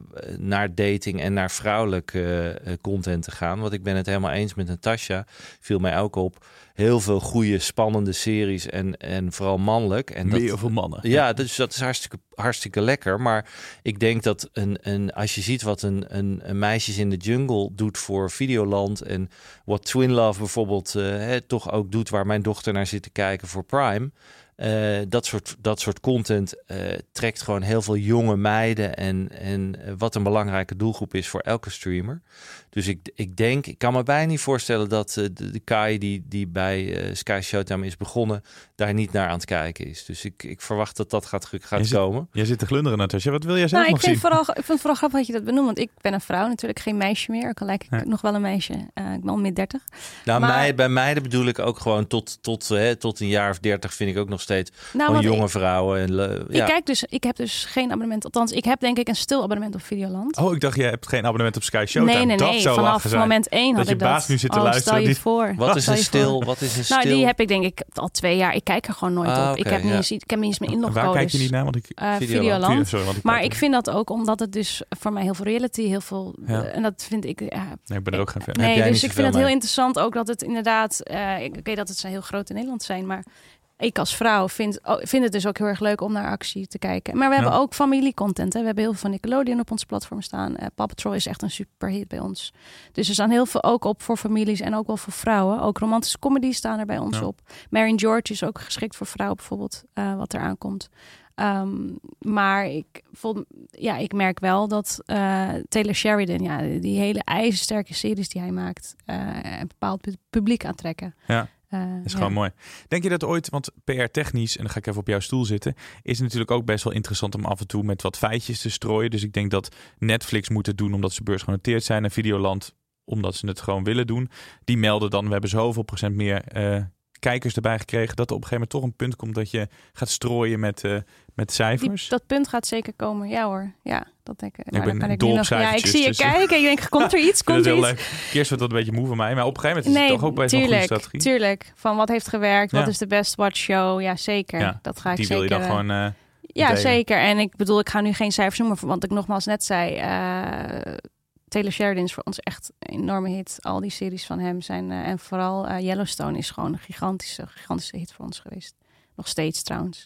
naar dating en naar vrouwelijke uh, content te gaan. Want ik ben het helemaal eens met Natasja. Viel mij ook op. Heel veel goede, spannende series en, en vooral mannelijk. En Meer dat, voor mannen. Ja, dus dat is hartstikke, hartstikke lekker. Maar ik denk dat een, een, als je ziet wat een, een, een Meisjes in de Jungle doet voor Videoland en wat Twin Love bijvoorbeeld uh, hè, toch ook doet waar mijn dochter naar zit te kijken voor Prime. Uh, dat, soort, dat soort content uh, trekt gewoon heel veel jonge meiden en, en uh, wat een belangrijke doelgroep is voor elke streamer. Dus ik, ik denk, ik kan me bijna niet voorstellen dat uh, de, de Kai die, die bij uh, Sky Showtime is begonnen, daar niet naar aan het kijken is. Dus ik, ik verwacht dat dat gaat, gaat jij komen. Zit, jij zit te glunderen, Natasja. Wat wil jij zelf nou, nog ik vind zien? Vooral, ik vind het vooral grappig dat je dat benoemt, want ik ben een vrouw natuurlijk, geen meisje meer. Ook al lijk ik ja. nog wel een meisje. Uh, ik ben al mid dertig. Nou, maar... mij, bij meiden bedoel ik ook gewoon tot, tot, hè, tot een jaar of dertig vind ik ook nog steeds nou, gewoon jonge ik, vrouwen. En, uh, ik ja. kijk dus, ik heb dus geen abonnement. Althans, ik heb denk ik een stil abonnement op Videoland. Oh, ik dacht, jij hebt geen abonnement op Sky Showtime. Nee, nee, dat nee. zou Vanaf zijn. moment één had dat ik je baas dat. nu zit te oh, luisteren. Stel je Die... voor. Wat is een je stil? Voor. Wat is een stil? Nou, die heb ik denk ik al twee jaar. Ik kijk er gewoon nooit ah, op. Okay, ik, heb niet ja. eens, ik heb niet eens mijn inlogcodes. Waar kijk je niet naar? Want ik... Uh, Videoland. Videoland. Sorry, want ik maar ik vind dat ook omdat het dus voor mij heel veel reality, heel veel... Ja. Uh, en dat vind ik... Uh, nee, ik ben er ook geen fan. Nee, jij dus niet ik zoveel vind het mee? heel interessant ook dat het inderdaad... Uh, ik weet dat het heel groot in Nederland zijn, maar... Ik als vrouw vind, oh, vind het dus ook heel erg leuk om naar actie te kijken. Maar we hebben ja. ook familiecontent. Hè. We hebben heel veel van Nickelodeon op ons platform staan. Uh, Paw Patrol is echt een superhit bij ons. Dus er staan heel veel ook op voor families en ook wel voor vrouwen. Ook romantische comedies staan er bij ons ja. op. Mary and George is ook geschikt voor vrouwen bijvoorbeeld, uh, wat er aankomt. Um, maar ik, vond, ja, ik merk wel dat uh, Taylor Sheridan, ja, die hele ijzersterke series die hij maakt, uh, een bepaald publiek aantrekken. Ja. Uh, Dat is ja. gewoon mooi. Denk je dat ooit, want P R-technisch, en dan ga ik even op jouw stoel zitten, is het natuurlijk ook best wel interessant om af en toe met wat feitjes te strooien. Dus ik denk dat Netflix moet het doen omdat ze beursgenoteerd zijn en Videoland omdat ze het gewoon willen doen. Die melden dan, we hebben zoveel procent meer uh, kijkers erbij gekregen, dat er op een gegeven moment toch een punt komt dat je gaat strooien met, uh, met cijfers. Die, dat punt gaat zeker komen. Ja hoor. Ja, dat denk ik. Ja, nou, ik ben kan ik dol nu op nog, ja, ik zie je dus, kijken. Ik denk, komt er iets? Komt er iets? Leuk. Eerst wordt dat een beetje moe van mij, maar op een gegeven moment is nee, het toch ook best wel een goede strategie. Tuurlijk. Van wat heeft gewerkt? Ja. Wat is de best watch show? Ja, zeker. Ja, dat ga ik die zeker. wil je dan gewoon. Uh, ja, delen. zeker. En ik bedoel, ik ga nu geen cijfers noemen, want ik nogmaals net zei. Uh, Taylor Sheridan is voor ons echt een enorme hit. Al die series van hem zijn... Uh, en vooral uh, Yellowstone is gewoon een gigantische, gigantische hit voor ons geweest. Nog steeds trouwens.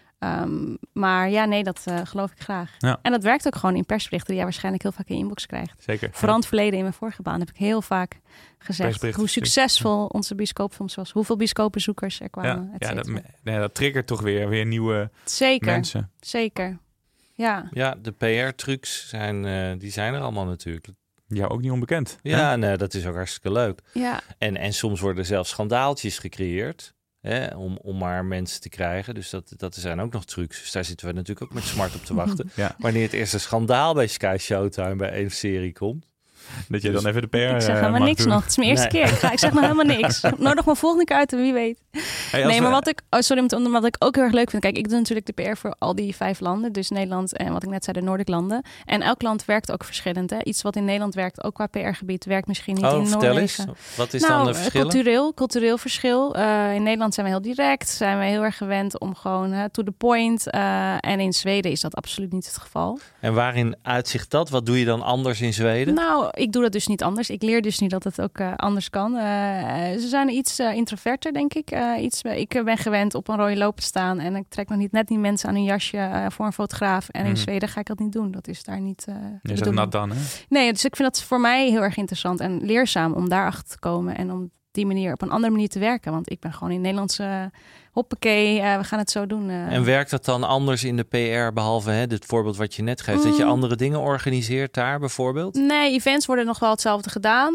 Um, maar ja, nee, dat uh, geloof ik graag. Ja. En dat werkt ook gewoon in persberichten die jij waarschijnlijk heel vaak in je inbox krijgt. Zeker. Vooral in het verleden in mijn vorige baan heb ik heel vaak gezegd hoe succesvol ja. onze bioscoopfilms was. Hoeveel bioscoopbezoekers er kwamen. Ja, ja dat, nee, dat triggert toch weer, weer nieuwe Zeker. mensen. Zeker. Ja. Ja, de P R-trucs zijn, uh, die zijn er allemaal natuurlijk. Ja, ook niet onbekend. Ja, hè? Nee, dat is ook hartstikke leuk. Ja. En, en soms worden er zelfs schandaaltjes gecreëerd. Hè, om, om maar mensen te krijgen. Dus dat, dat zijn ook nog trucs. Dus daar zitten we natuurlijk ook met smart op te wachten. Ja. Wanneer het eerste schandaal bij Sky Showtime bij een serie komt. Dat je dus, dan even de P R Ik zeg helemaal uh, niks doen. nog. Het is mijn eerste nee. keer. Ik, ga, ik zeg nog helemaal niks. Nodig mijn volgende keer uit en wie weet. Hey, nee, maar we... wat ik... Oh, sorry, wat ik ook heel erg leuk vind. Kijk, ik doe natuurlijk de P R voor al die vijf landen. Dus Nederland en wat ik net zei, de Noordic landen. En elk land werkt ook verschillend. Hè. Iets wat in Nederland werkt, ook qua P R-gebied, werkt misschien niet oh, in vertel Noorwegen. Eens. Wat is nou, dan het verschil? Cultureel, cultureel verschil. Uh, in Nederland zijn we heel direct. Zijn we heel erg gewend om gewoon uh, to the point. Uh, en in Zweden is dat absoluut niet het geval. En waarin uitzicht dat? Wat doe je dan anders in Zweden? Nou, ik doe dat dus niet anders. Ik leer dus nu dat het ook uh, anders kan. Uh, ze zijn iets uh, introverter, denk ik. Uh, iets, ik ben gewend op een rode loop te staan en ik trek nog niet net die mensen aan hun jasje uh, voor een fotograaf. En mm-hmm. in Zweden ga ik dat niet doen. Dat is daar niet. Uh, je zegt nat dan, hè? Nee, dus ik vind dat voor mij heel erg interessant en leerzaam om daarachter te komen en om die manier op een andere manier te werken. Want ik ben gewoon in Nederlandse uh, hoppakee, uh, we gaan het zo doen. Uh. En werkt dat dan anders in de P R, behalve hè, dit voorbeeld wat je net geeft, mm. dat je andere dingen organiseert daar bijvoorbeeld? Nee, events worden nog wel hetzelfde gedaan.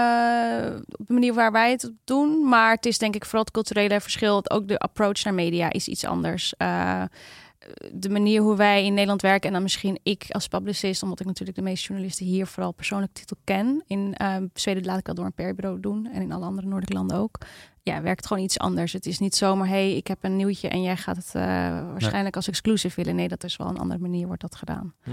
Uh, op de manier waar wij het doen. Maar het is denk ik vooral het culturele verschil. Ook de approach naar media is iets anders. Uh, de manier hoe wij in Nederland werken en dan misschien ik als publicist, omdat ik natuurlijk de meeste journalisten hier vooral persoonlijk titel ken. In uh, Zweden laat ik dat door een P R-bureau doen en in alle andere Noordelijke landen ook. Ja, werkt gewoon iets anders. Het is niet zomaar, hey, ik heb een nieuwtje en jij gaat het uh, waarschijnlijk nee. als exclusive willen. Nee, dat is wel een andere manier wordt dat gedaan. Hm.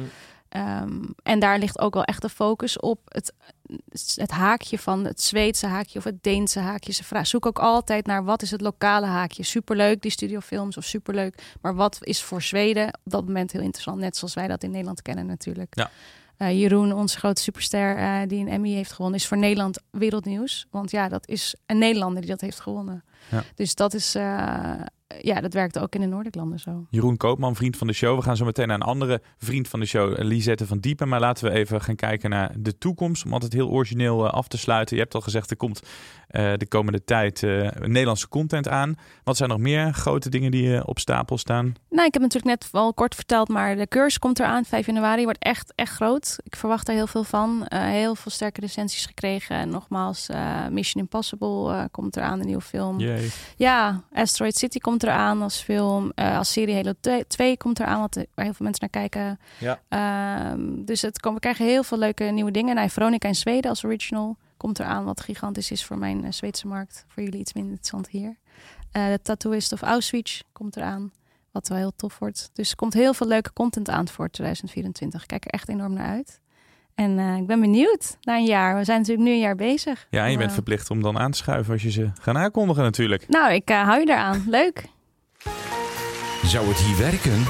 Um, en daar ligt ook wel echt de focus op het, het haakje van het Zweedse haakje of het Deense haakje. Ze vraag, zoek ook altijd naar wat is het lokale haakje. Superleuk, die studiofilms of superleuk. Maar wat is voor Zweden op dat moment heel interessant. Net zoals wij dat in Nederland kennen natuurlijk. Ja. Uh, Jeroen, onze grote superster uh, die een Emmy heeft gewonnen, is voor Nederland wereldnieuws. Want ja, dat is een Nederlander die dat heeft gewonnen. Ja. Dus dat is, uh, ja, dat werkt ook in de Noordic-landen zo. Jeroen Koopman, vriend van de show. We gaan zo meteen naar een andere vriend van de show, Lisette van Diepen. Maar laten we even gaan kijken naar de toekomst. Om altijd heel origineel uh, af te sluiten. Je hebt al gezegd, er komt uh, de komende tijd uh, Nederlandse content aan. Wat zijn nog meer grote dingen die uh, op stapel staan? Nou, ik heb natuurlijk net wel kort verteld, maar de cursus komt eraan. vijf januari wordt echt, echt groot. Ik verwacht er heel veel van. Uh, heel veel sterke recensies gekregen. En nogmaals, uh, Mission Impossible uh, komt eraan, een nieuwe film. Yay. Ja, Asteroid City komt eraan als film. Uh, als serie Halo twee komt eraan, wat, waar heel veel mensen naar kijken. Ja. Uh, dus het kom, we krijgen heel veel leuke nieuwe dingen. Nou, Veronica in Zweden als original komt eraan, wat gigantisch is voor mijn uh, Zweedse markt. Voor jullie iets minder interessant hier. Uh, The Tattooist of Auschwitz komt eraan. Wat wel heel tof wordt. Dus er komt heel veel leuke content aan voor twintig vierentwintig. Ik kijk er echt enorm naar uit. En uh, ik ben benieuwd na een jaar. We zijn natuurlijk nu een jaar bezig. Ja, en je uh, bent verplicht om dan aan te schuiven als je ze gaat aankondigen natuurlijk. Nou, ik uh, hou je eraan. Leuk. Zou het hier werken?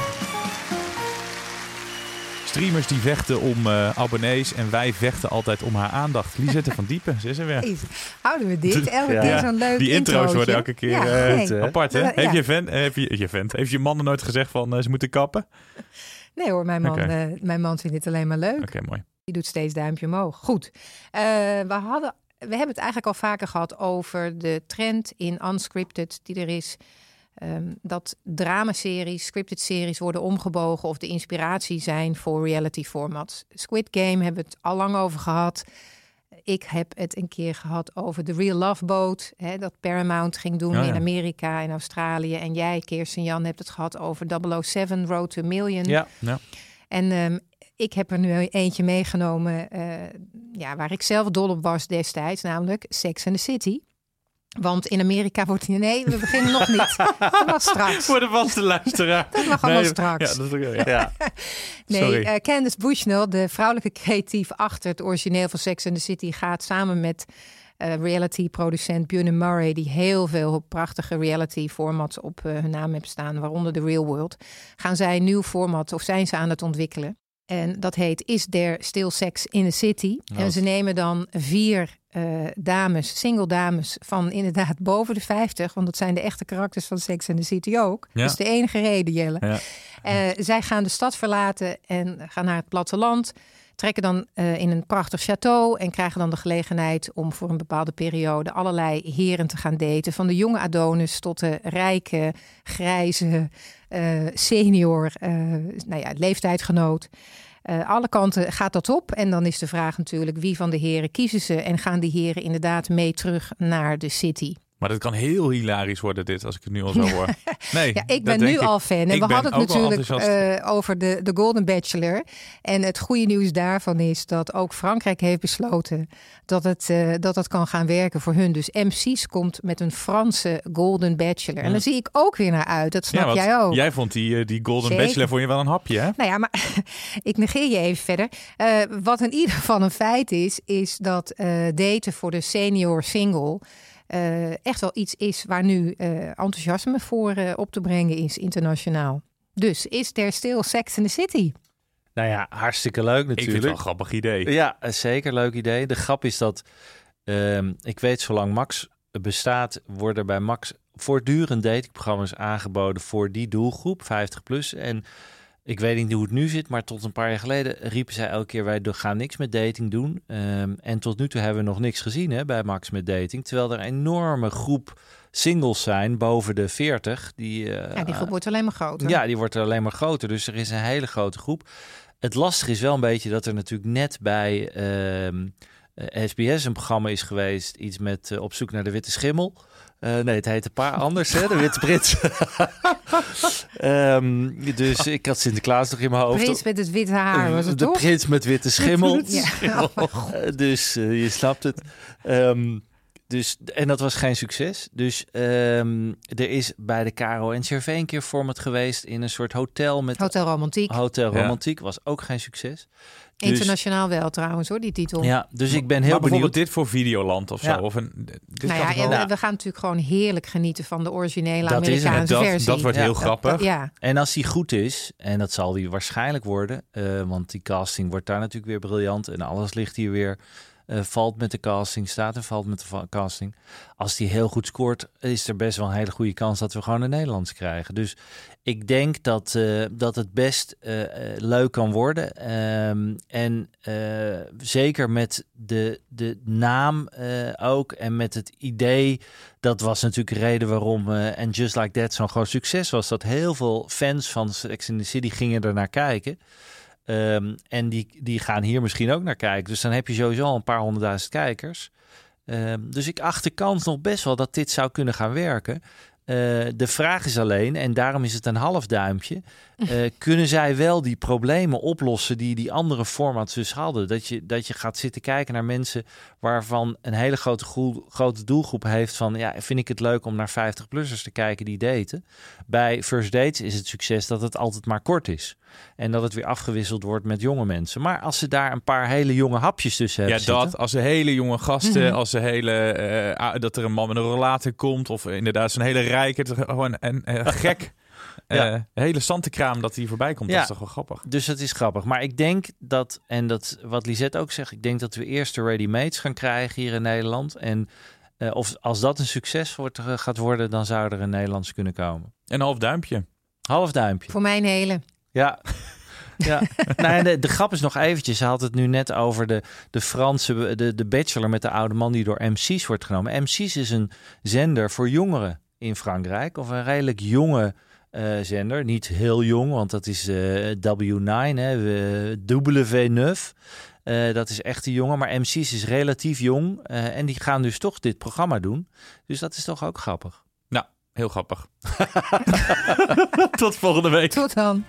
Streamers die vechten om uh, abonnees en wij vechten altijd om haar aandacht. Lisette van Diepen, ze is er weer. Hey, houden we dit? Elke ja. keer zo'n leuk Die intro's introotje. worden elke keer ja, uh, nee. apart, hè? Uh, heeft, ja. je vent, heeft, je, je vent, heeft je man er nooit gezegd van uh, ze moeten kappen? Nee hoor, mijn man, Okay. uh, mijn man vindt dit alleen maar leuk. Oké, okay, mooi. Die doet steeds duimpje omhoog. Goed. Uh, we, hadden, we hebben het eigenlijk al vaker gehad over de trend in unscripted die er is. Um, dat dramaseries, scripted series worden omgebogen of de inspiratie zijn voor reality formats. Squid Game hebben we het al lang over gehad. Ik heb het een keer gehad over The Real Love Boat. Hè, dat Paramount ging doen ja, ja. in Amerika en Australië. En jij, Kirsten Jan, hebt het gehad over double oh seven Road to a Million. Ja, ja. En um, ik heb er nu eentje meegenomen uh, ja, waar ik zelf dol op was destijds. Namelijk Sex and the City. Want in Amerika wordt hij... Nee, we beginnen nog niet. Dat was straks. Voor de vaste luisteraar. Dat mag allemaal nee, straks. Ja, dat is ook, ja. Ja. Nee, uh, Candice Bushnell, de vrouwelijke creatief achter het origineel van Sex and the City, gaat samen met uh, reality-producent Björn Murray, die heel veel prachtige reality-formats op uh, hun naam heeft staan, waaronder The Real World, gaan zij een nieuw format, of zijn ze aan het ontwikkelen. En dat heet Is There Still Sex in the City? Oh. En ze nemen dan vier uh, dames, single dames van inderdaad boven de vijftig. Want dat zijn de echte karakters van Sex and the City ook. Ja. Dat is de enige reden, Jelle. Ja. Uh, zij gaan de stad verlaten en gaan naar het platteland. Trekken dan uh, in een prachtig château en krijgen dan de gelegenheid om voor een bepaalde periode allerlei heren te gaan daten. Van de jonge Adonis tot de rijke, grijze, uh, senior, uh, nou ja, leeftijdgenoot. Uh, alle kanten gaat dat op. En dan is de vraag natuurlijk wie van de heren kiezen ze. En gaan die heren inderdaad mee terug naar de city. Maar dat kan heel hilarisch worden dit, als ik het nu al zo hoor. Nee, ja, ik ben nu ik. al fan. En ik we hadden het natuurlijk uh, over de, de Golden Bachelor. En het goede nieuws daarvan is dat ook Frankrijk heeft besloten dat het, uh, dat het kan gaan werken voor hun. Dus M six komt met een Franse Golden Bachelor. En ja. daar zie ik ook weer naar uit. Dat snap ja, jij ook. Jij vond die, die Golden Zeker. Bachelor vond je wel een hapje, hè? Nou ja, maar ik negeer je even verder. Uh, wat in ieder geval een feit is, is dat uh, daten voor de senior single Uh, echt wel iets is waar nu uh, enthousiasme voor uh, op te brengen is internationaal. Dus is er still Sex in the City? Nou ja, hartstikke leuk natuurlijk. Ik vind het wel een grappig idee. Ja, zeker leuk idee. De grap is dat, uh, ik weet zolang Max bestaat, worden bij Max voortdurend datingprogramma's aangeboden voor die doelgroep, vijftig plus. En ik weet niet hoe het nu zit, maar tot een paar jaar geleden riepen zij elke keer, wij gaan niks met dating doen. Um, en tot nu toe hebben we nog niks gezien hè, bij Max met dating. Terwijl er een enorme groep singles zijn boven de veertig. Die, uh, ja, die groep wordt alleen maar groter. Ja, die wordt er alleen maar groter. Dus er is een hele grote groep. Het lastige is wel een beetje dat er natuurlijk net bij um, uh, S B S een programma is geweest. Iets met uh, Op zoek naar de witte schimmel. Uh, nee, het heet een paar anders, hè? De Witte Prins. um, dus ik had Sinterklaas nog in mijn hoofd. Prins met het witte haar, was het De toch? prins met witte schimmel. Ja. Oh, dus uh, je snapt het. Um, dus, en dat was geen succes. Dus um, er is bij de Caro en Cervé een keer format geweest in een soort hotel. Met Hotel Romantiek. Hotel Romantiek ja. was ook geen succes. Dus, internationaal wel trouwens hoor, die titel. Ja, dus ik ben heel maar bijvoorbeeld benieuwd. dit voor Videoland of zo. Ja. Of een, dit nou ja, wel... we, we gaan natuurlijk gewoon heerlijk genieten van de originele dat Amerikaanse is dat, versie. Dat wordt heel ja, grappig. Dat, ja. En als die goed is, en dat zal die waarschijnlijk worden, uh, want die casting wordt daar natuurlijk weer briljant en alles ligt hier weer uh, valt met de casting, staat en valt met de va- casting. Als die heel goed scoort, is er best wel een hele goede kans dat we gewoon een Nederlands krijgen. Dus ik denk dat, uh, dat het best uh, uh, leuk kan worden. Um, en uh, zeker met de, de naam uh, ook en met het idee. Dat was natuurlijk de reden waarom uh, And Just Like That zo'n groot succes was. Dat heel veel fans van Sex and the City gingen er naar kijken. Um, en die, die gaan hier misschien ook naar kijken. Dus dan heb je sowieso al een paar honderdduizend kijkers. Um, dus ik acht de kans nog best wel dat dit zou kunnen gaan werken. Uh, de vraag is alleen, en daarom is het een half duimpje... Uh, kunnen zij wel die problemen oplossen die die andere formats dus hadden? Dat je, dat je gaat zitten kijken naar mensen waarvan een hele grote, groe, grote doelgroep heeft van... ja, vind ik het leuk om naar vijftig-plussers te kijken die daten? Bij First Dates is het succes dat het altijd maar kort is. En dat het weer afgewisseld wordt met jonge mensen. Maar als ze daar een paar hele jonge hapjes tussen hebben Ja, zitten, dat. Als ze hele jonge gasten, mm-hmm. als ze hele... Uh, dat er een man met een rollator komt... of inderdaad zo'n hele rijke, gewoon een uh, gek... Ja. Uh, hele zantekraam dat die voorbij komt, ja. Dat is toch wel grappig. Dus dat is grappig. Maar ik denk dat, en dat wat Lisette ook zegt, ik denk dat we eerst de ready-mates gaan krijgen hier in Nederland. En uh, of als dat een succes wordt, uh, gaat worden, dan zou er een Nederlands kunnen komen. Een half duimpje. Half duimpje. Voor mij een hele. Ja. Ja, nou, de, de grap is nog eventjes, ze had het nu net over de, de Franse, de, de Bachelor met de oude man die door M C's wordt genomen. M C's is een zender voor jongeren in Frankrijk, of een redelijk jonge uh, zender. Niet heel jong, want dat is uh, W negen, hè, W negen. Uh, dat is echt een jongen, maar M C's is relatief jong uh, en die gaan dus toch dit programma doen. Dus dat is toch ook grappig. Nou, heel grappig. Tot volgende week. Tot dan.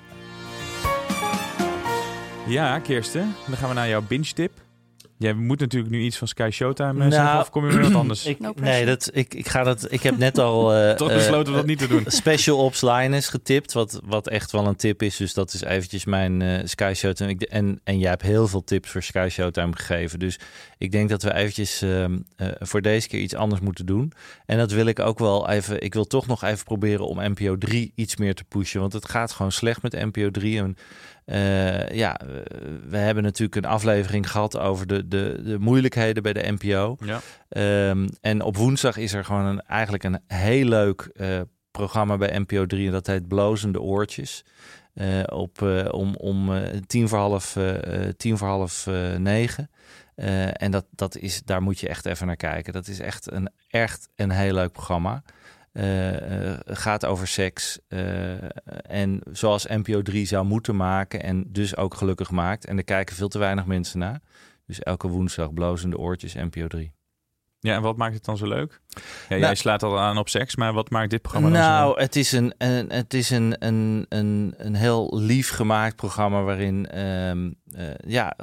Ja, Kirsten, dan gaan we naar jouw binge-tip. Jij moet natuurlijk nu iets van Sky Showtime nou, zeggen, of kom je met wat anders? Ik, no nee, dat, ik, ik, ga dat, ik heb net al... Uh, Toch besloten uh, dat niet te doen. Special Ops Linus getipt, wat, wat echt wel een tip is. Dus dat is eventjes mijn uh, Sky Showtime. Ik, en, en jij hebt heel veel tips voor Sky Showtime gegeven. Dus ik denk dat we eventjes uh, uh, voor deze keer iets anders moeten doen. En dat wil ik ook wel even... Ik wil toch nog even proberen om N P O drie iets meer te pushen. Want het gaat gewoon slecht met N P O drie. En Uh, ja, we hebben natuurlijk een aflevering gehad over de, de, de moeilijkheden bij de N P O. Ja. Um, en op woensdag is er gewoon een, eigenlijk een heel leuk uh, programma bij N P O drie. En dat heet Blozende Oortjes. Uh, op, uh, om om uh, tien voor half, uh, tien voor half uh, negen. Uh, en dat, dat is, daar moet je echt even naar kijken. Dat is echt een, echt een heel leuk programma. Uh, uh, gaat over seks uh, en zoals N P O drie zou moeten maken en dus ook gelukkig maakt. En er kijken veel te weinig mensen naar. Dus elke woensdag Blozende Oortjes N P O drie. Ja, en wat maakt het dan zo leuk? Ja, nou, jij slaat al aan op seks, maar wat maakt dit programma dan nou, zo leuk? het is een, een, het is een, een, een, een heel lief gemaakt programma waarin um, uh, ja,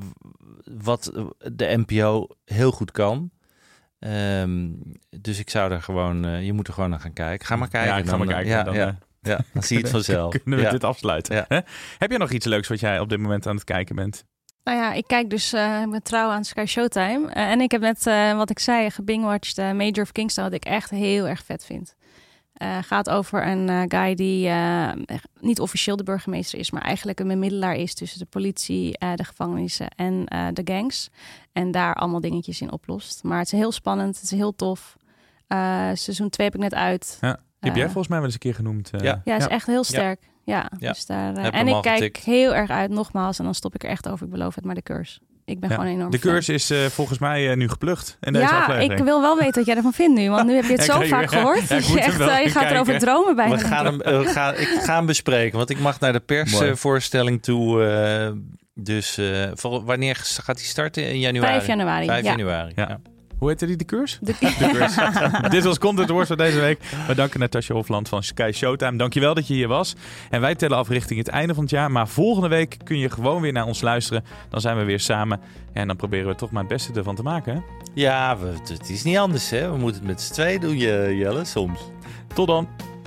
wat de N P O heel goed kan. Um, dus ik zou er gewoon, uh, je moet er gewoon naar gaan kijken. Ga maar kijken. Ja, ik ga maar kijken. Ja, dan, ja, uh, ja, dan zie je het vanzelf. Kunnen we ja. dit afsluiten? Ja. Hè? Heb je nog iets leuks wat jij op dit moment aan het kijken bent? Nou ja, ik kijk dus uh, met trouw aan Sky Showtime. Uh, en ik heb net, uh, wat ik zei, gebingwatcht uh, Major of Kingston, wat ik echt heel erg vet vind. Uh, gaat over een uh, guy die uh, niet officieel de burgemeester is, maar eigenlijk een bemiddelaar is tussen de politie, uh, de gevangenissen en uh, de gangs. En daar allemaal dingetjes in oplost. Maar het is heel spannend, het is heel tof. Uh, seizoen twee heb ik net uit. Ja, die heb jij uh, volgens mij wel eens een keer genoemd. Uh, ja, ja, is echt heel sterk. Ja, ja, ja. Dus daar, uh, Heb en ik kijk getikt. heel erg uit, nogmaals, en dan stop ik er echt over. Ik beloof het, maar de curse. Ik ben ja. gewoon enorm De fan. curse is uh, volgens mij uh, nu geplucht in deze ja, aflevering. Ik wil wel weten wat jij ervan vindt nu, want nu heb je het ja, zo je, vaak ja, gehoord. ja, Dus je, echt, uh, je gaat erover dromen bijna. We gaan hem, uh, gaan, ik ga hem bespreken, want ik mag naar de persvoorstelling uh, toe. Uh, dus uh, voor, wanneer gaat hij starten? In januari? vijf januari. vijf ja. januari, ja. ja. Hoe heette die, de curse? De, de curse. Dit was Content Wars voor deze week. We danken Natasja Hofland van Sky Showtime. Dankjewel dat je hier was. En wij tellen af richting het einde van het jaar. Maar volgende week kun je gewoon weer naar ons luisteren. Dan zijn we weer samen. En dan proberen we toch maar het beste ervan te maken. Hè? Ja, we, het is niet anders. Hè? We moeten het met z'n tweeën doen, Jelle, soms. Tot dan.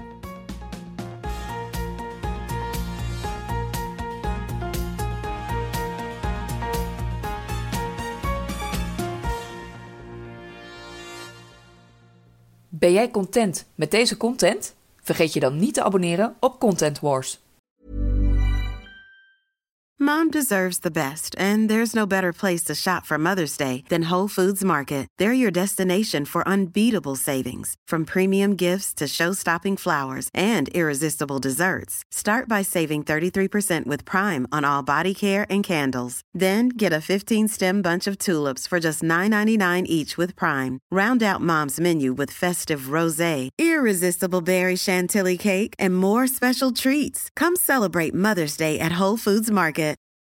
Ben jij content met deze content? Vergeet je dan niet te abonneren op Content Wars. Mom deserves the best, and there's no better place to shop for Mother's Day than Whole Foods Market. They're your destination for unbeatable savings, from premium gifts to show-stopping flowers and irresistible desserts. Start by saving thirty-three percent with Prime on all body care and candles. Then get a fifteen-stem bunch of tulips for just nine ninety-nine each with Prime. Round out Mom's menu with festive rosé, irresistible berry chantilly cake, and more special treats. Come celebrate Mother's Day at Whole Foods Market.